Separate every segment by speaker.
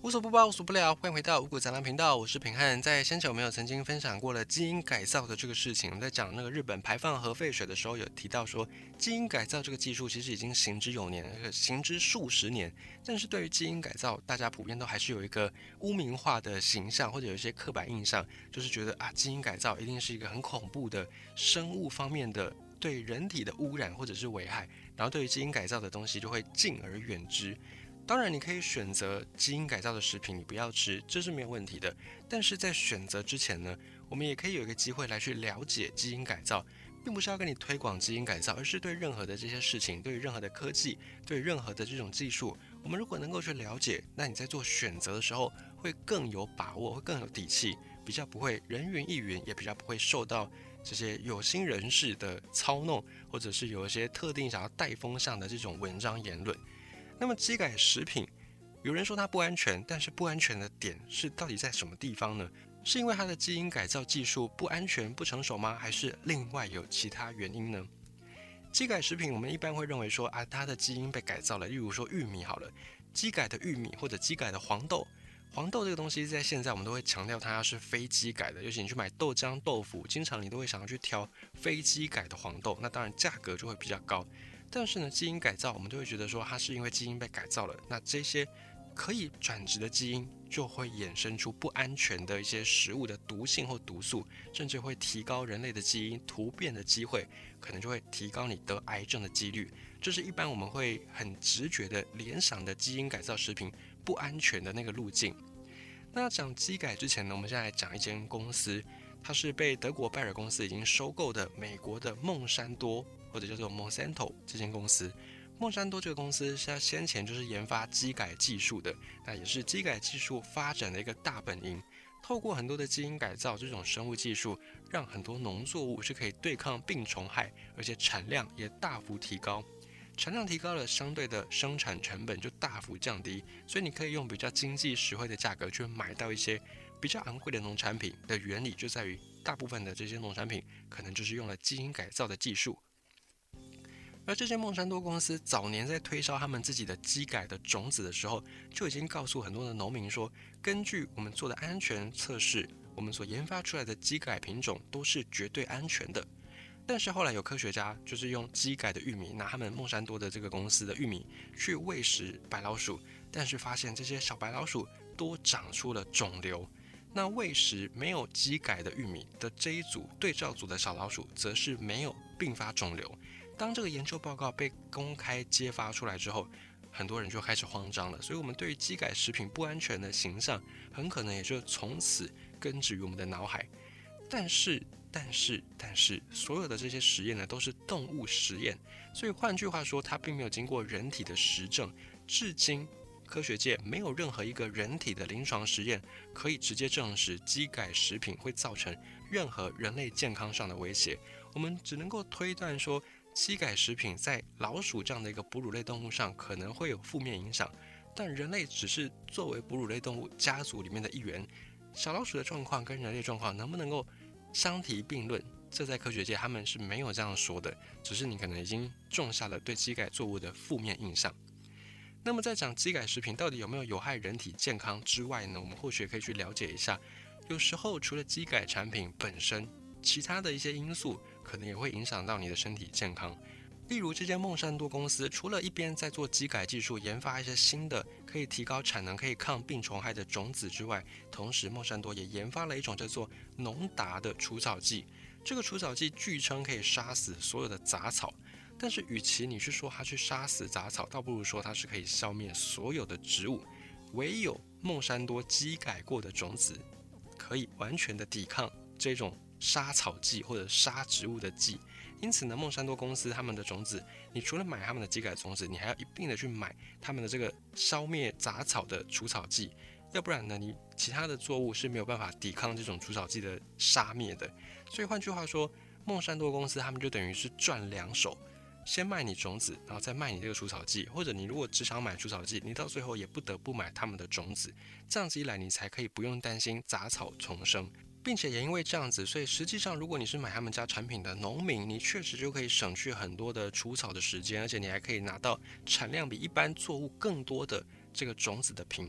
Speaker 1: 无所不包，无所不聊，欢迎回到五谷杂粮频道，我是品汉。在先前我们有曾经分享过了基因改造的这个事情，我们在讲那个日本排放核废水的时候，有提到说基因改造这个技术其实已经行之有年，行之数十年。但是对于基因改造，大家普遍都还是有一个污名化的形象，或者有一些刻板印象，就是觉得基因改造一定是一个很恐怖的生物方面的对人体的污染或者是危害，然后对于基因改造的东西就会敬而远之。当然，你可以选择基因改造的食品，你不要吃，这是没有问题的。但是在选择之前呢，我们也可以有一个机会来去了解基因改造，并不是要跟你推广基因改造，而是对任何的这些事情，对于任何的科技，对于任何的这种技术，我们如果能够去了解，那你在做选择的时候会更有把握，会更有底气，比较不会人云亦云，也比较不会受到这些有心人士的操弄，或者是有一些特定想要带风向的这种文章言论。那么基改食品，有人说它不安全，但是不安全的点是到底在什么地方呢？是因为它的基因改造技术不安全、不成熟吗？还是另外有其他原因呢？基改食品我们一般会认为说它的基因被改造了，例如说玉米好了，基改的玉米或者基改的黄豆。黄豆这个东西在现在我们都会强调它是非基改的，尤其你去买豆浆、豆腐，经常你都会想要去挑非基改的黄豆，那当然价格就会比较高。但是呢，基因改造我们就会觉得说它是因为基因被改造了，那这些可以转植的基因就会衍生出不安全的一些食物的毒性或毒素，甚至会提高人类的基因突变的机会，可能就会提高你得癌症的几率。这是一般我们会很直觉的联想的基因改造食品不安全的那个路径。那讲基改之前呢，我们现在来讲一间公司，它是被德国拜耳公司已经收购的美国的孟山多，或者叫做 Monsanto 这间公司。孟山多这个公司是它先前就是研发基改技术的，那也是基改技术发展的一个大本营。透过很多的基因改造这种生物技术，让很多农作物是可以对抗病虫害，而且产量也大幅提高。产量提高了，相对的生产成本就大幅降低，所以你可以用比较经济实惠的价格去买到一些比较昂贵的农产品。的原理就在于，大部分的这些农产品可能就是用了基因改造的技术。而这些孟山多公司早年在推销他们自己的基改的种子的时候，就已经告诉很多的农民说，根据我们做的安全测试，我们所研发出来的基改品种都是绝对安全的。但是后来有科学家就是用基改的玉米，拿他们孟山多的这个公司的玉米去喂食白老鼠，但是发现这些小白老鼠都长出了肿瘤。那喂食没有基改的玉米的这一组对照组的小老鼠，则是没有并发肿瘤。当这个研究报告被公开揭发出来之后，很多人就开始慌张了。所以我们对于基改食品不安全的形象，很可能也就从此根植于我们的脑海。但是，所有的这些实验呢，都是动物实验，所以换句话说，它并没有经过人体的实证。至今，科学界没有任何一个人体的临床实验可以直接证实基改食品会造成任何人类健康上的威胁。我们只能够推断说，基改食品在老鼠这样的一个哺乳类动物上可能会有负面影响，但人类只是作为哺乳类动物家族里面的一员。小老鼠的状况跟人类状况能不能够相提并论，这在科学界他们是没有这样说的，只是你可能已经种下了对基改作物的负面印象。那么在讲基改食品到底有没有有害人体健康之外呢，我们或许可以去了解一下，有时候除了基改产品本身，其他的一些因素可能也会影响到你的身体健康。例如这间孟山多公司除了一边在做基改技术，研发一些新的可以提高产能、可以抗病虫害的种子之外，同时孟山多也研发了一种叫做农达的除草剂。这个除草剂据称可以杀死所有的杂草，但是与其你去说它去杀死杂草，倒不如说它是可以消灭所有的植物。唯有孟山多基改过的种子可以完全的抵抗这种杀草剂或者杀植物的剂。因此呢，孟山多公司他们的种子，你除了买他们的基改种子，你还要一并的去买他们的这个消灭杂草的除草剂，要不然呢，你其他的作物是没有办法抵抗这种除草剂的杀灭的。所以换句话说，孟山多公司他们就等于是赚两手，先卖你种子，然后再卖你这个除草剂，或者你如果只想买除草剂，你到最后也不得不买他们的种子，这样子一来，你才可以不用担心杂草丛生。并且也因为这样子，所以实际上如果你是买他们家产品的农民，你确实就可以省去很多的除草的时间，而且你还可以拿到产量比一般作物更多的这个种子的品种。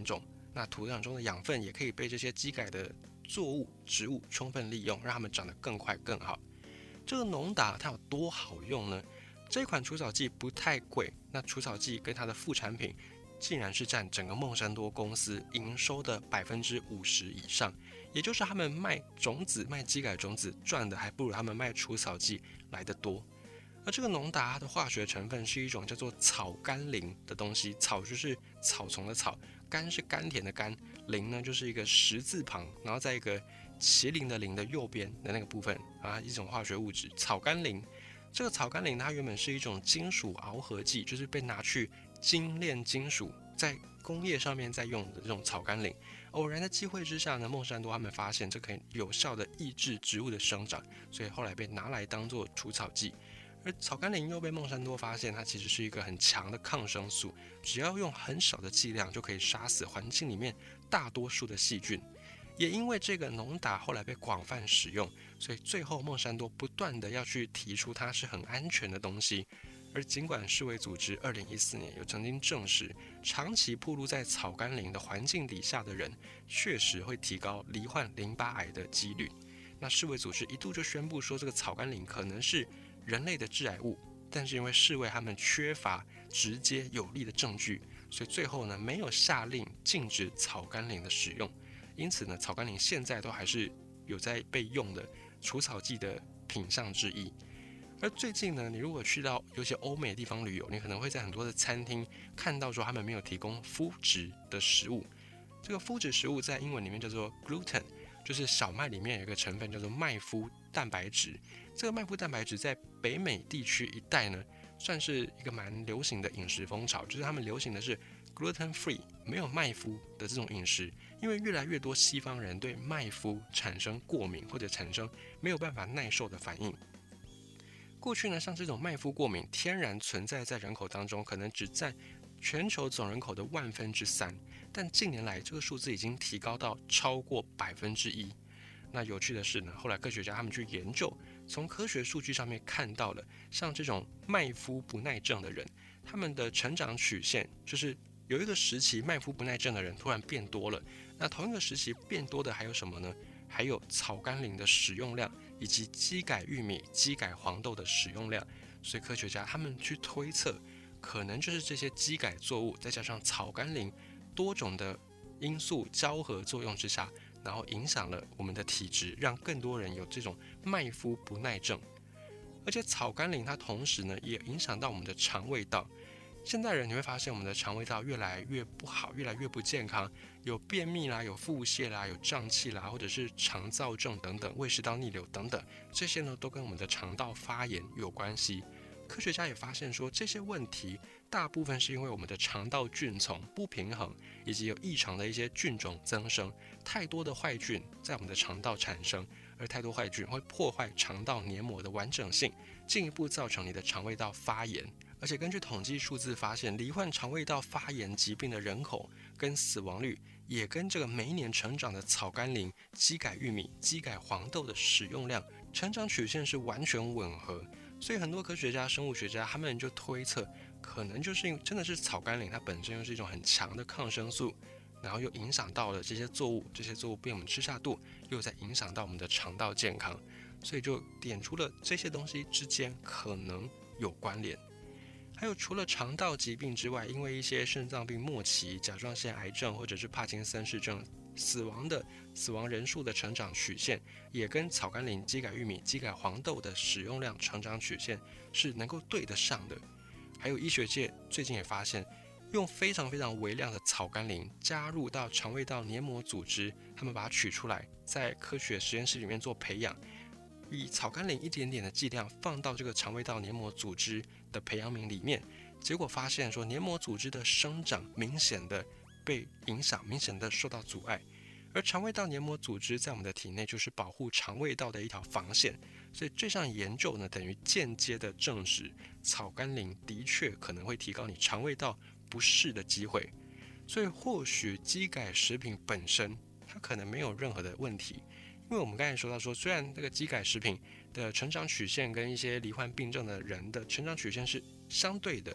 Speaker 1: 那土壤中的养分也可以被这些基改的作物、植物充分利用，让它们长得更快更好。这个农达它有多好用呢？这款除草剂不太贵，那除草剂跟它的副产品竟然是占整个孟山多公司营收的50%以上，也就是他们卖种子、卖基改种子赚的还不如他们卖除草剂来得多。而这个农达的化学成分是一种叫做草甘膦的东西，草就是草丛的草，甘是甘甜的甘，膦呢就是一个十字旁，然后在一个麒麟的麟的右边的那个部分啊，一种化学物质草甘膦。这个草甘膦它原本是一种金属螯合剂，就是被拿去精炼金属，在工业上面在用的这种草甘膦。偶然的机会之下呢，孟山多他们发现这可以有效的抑制植物的生长，所以后来被拿来当做除草剂。而草甘膦又被孟山多发现，它其实是一个很强的抗生素，只要用很少的剂量就可以杀死环境里面大多数的细菌。也因为这个农达后来被广泛使用，所以最后孟山多不断的要去提出它是很安全的东西。而尽管世卫组织2014年有曾经证实，长期暴露在草甘膦的环境底下的人，确实会提高罹患淋巴癌的几率。那世卫组织一度就宣布说，这个草甘膦可能是人类的致癌物，但是因为世卫他们缺乏直接有力的证据，所以最后呢没有下令禁止草甘膦的使用。因此呢，草甘膦现在都还是有在被用的除草剂的品项之一。而最近呢，你如果去到有些欧美的地方旅游，你可能会在很多的餐厅看到说他们没有提供麸质的食物。这个麸质食物在英文里面叫做 gluten， 就是小麦里面有一个成分叫做麦麸蛋白质。这个麦麸蛋白质在北美地区一带呢，算是一个蛮流行的饮食风潮，就是他们流行的是 gluten free， 没有麦麸的这种饮食。因为越来越多西方人对麦麸产生过敏，或者产生没有办法耐受的反应。过去呢，像这种麦麸过敏天然存在在人口当中，可能只占全球总人口的3%，但近年来这个数字已经提高到超过1%。那有趣的是呢，后来科学家他们去研究，从科学数据上面看到了，像这种麦麸不耐症的人，他们的成长曲线就是有一个时期麦麸不耐症的人突然变多了。那同一个时期变多的还有什么呢？还有草甘膦的使用量，以及基改玉米、基改黄豆的使用量。所以科学家他们去推测，可能就是这些基改作物再加上草甘膦多种的因素交合作用之下，然后影响了我们的体质，让更多人有这种麦麸不耐症。而且草甘膦它同时呢也影响到我们的肠胃道。现代人你会发现我们的肠胃道越来越不好，越来越不健康，有便秘啦，有腹泻啦，有胀气啦，或者是肠燥症等等，胃食道逆流等等，这些呢都跟我们的肠道发炎有关系。科学家也发现说，这些问题大部分是因为我们的肠道菌丛不平衡，以及有异常的一些菌种增生，太多的坏菌在我们的肠道产生，而太多坏菌会破坏肠道黏膜的完整性，进一步造成你的肠胃道发炎。而且根据统计数字发现，罹患肠胃道发炎疾病的人口跟死亡率也跟这个每一年成长的草甘膦、基改玉米、基改黄豆的使用量成长曲线是完全吻合。所以很多科学家、生物学家他们就推测，可能就是因为真的是草甘膦它本身又是一种很强的抗生素，然后又影响到了这些作物，这些作物被我们吃下肚，又在影响到我们的肠道健康，所以就点出了这些东西之间可能有关联。还有除了肠道疾病之外，因为一些肾脏病末期、甲状腺癌症或者是帕金森氏症死亡人数的成长曲线，也跟草甘膦、基改玉米、基改黄豆的使用量成长曲线是能够对得上的。还有医学界最近也发现，用非常非常微量的草甘膦加入到肠胃道黏膜组织，他们把它取出来，在科学实验室里面做培养，以草甘膦一点点的剂量放到这个肠胃道黏膜组织的培养皿里面，结果发现说黏膜组织的生长明显的被影响，明显的受到阻碍。而肠胃道黏膜组织在我们的体内就是保护肠胃道的一条防线，所以这项研究呢，等于间接的证实草甘膦的确可能会提高你肠胃道不适的机会。所以或许基改食品本身它可能没有任何的问题，因为我们刚才说到说，虽然这个基改食品的成长曲线跟一些罹患病症的人的成长曲线是相对的，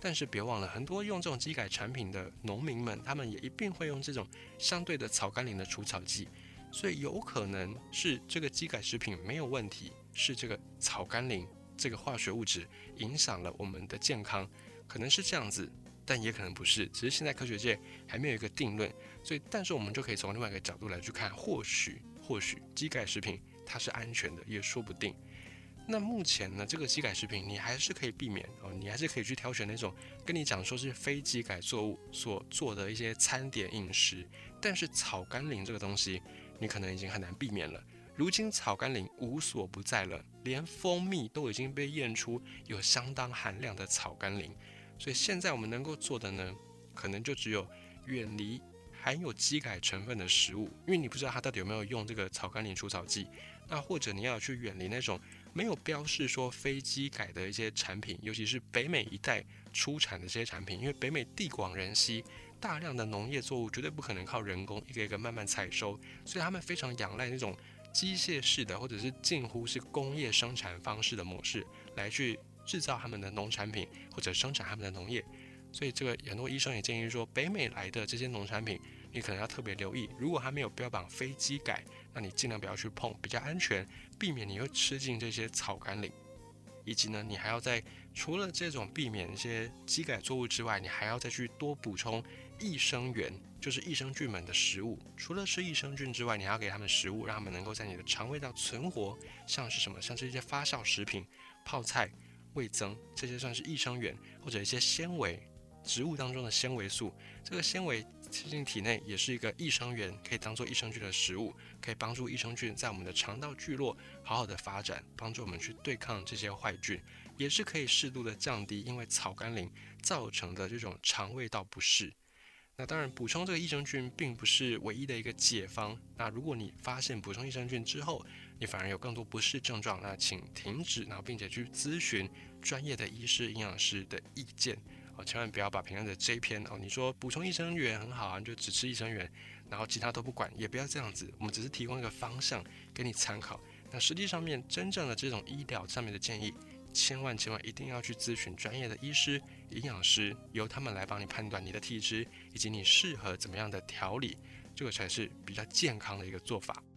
Speaker 1: 但是别忘了，很多用这种基改产品的农民们，他们也一定会用这种相对的草甘膦的除草剂，所以有可能是这个基改食品没有问题，是这个草甘膦这个化学物质影响了我们的健康，可能是这样子，但也可能不是，只是现在科学界还没有一个定论，所以但是我们就可以从另外一个角度来去看，或许基改食品它是安全的，也说不定。那目前呢，这个基改食品你还是可以避免哦，你还是可以去挑选那种跟你讲说是非基改作物所做的一些餐点饮食，但是草甘膦这个东西，你可能已经很难避免了。如今草甘膦无所不在了，连蜂蜜都已经被验出有相当含量的草甘膦，所以现在我们能够做的呢，可能就只有远离含有基改成分的食物，因为你不知道它到底有没有用这个草甘膦除草剂，那或者你要去远离那种没有标示说非基改的一些产品，尤其是北美一带出产的这些产品，因为北美地广人稀，大量的农业作物绝对不可能靠人工一个一个慢慢采收，所以他们非常仰赖那种机械式的或者是近乎是工业生产方式的模式来去制造他们的农产品或者生产他们的农业。所以这个很多医生也建议说，北美来的这些农产品，你可能要特别留意，如果它没有标榜非基改，那你尽量不要去碰，比较安全，避免你会吃进这些草甘膦。以及呢，你还要在除了这种避免一些基改作物之外，你还要再去多补充益生元，就是益生菌们的食物。除了吃益生菌之外，你还要给他们食物，让他们能够在你的肠胃道存活，像是什么，像是一些发酵食品、泡菜、味增，这些算是益生元，或者一些纤维。植物当中的纤维素，这个纤维吃进体内也是一个益生元，可以当做益生菌的食物，可以帮助益生菌在我们的肠道聚落好好的发展，帮助我们去对抗这些坏菌，也是可以适度的降低因为草甘膦造成的这种肠胃道不适。那当然，补充这个益生菌并不是唯一的一个解方。那如果你发现补充益生菌之后，你反而有更多不适症状，那请停止，然后并且去咨询专业的医师、营养师的意见。千万不要把平安的这一篇你说补充益生元很好啊，你就只吃益生元，然后其他都不管，也不要这样子。我们只是提供一个方向给你参考。那实际上面真正的这种医疗上面的建议，千万一定要去咨询专业的医师、营养师，由他们来帮你判断你的体质以及你适合怎么样的调理，这个才是比较健康的一个做法。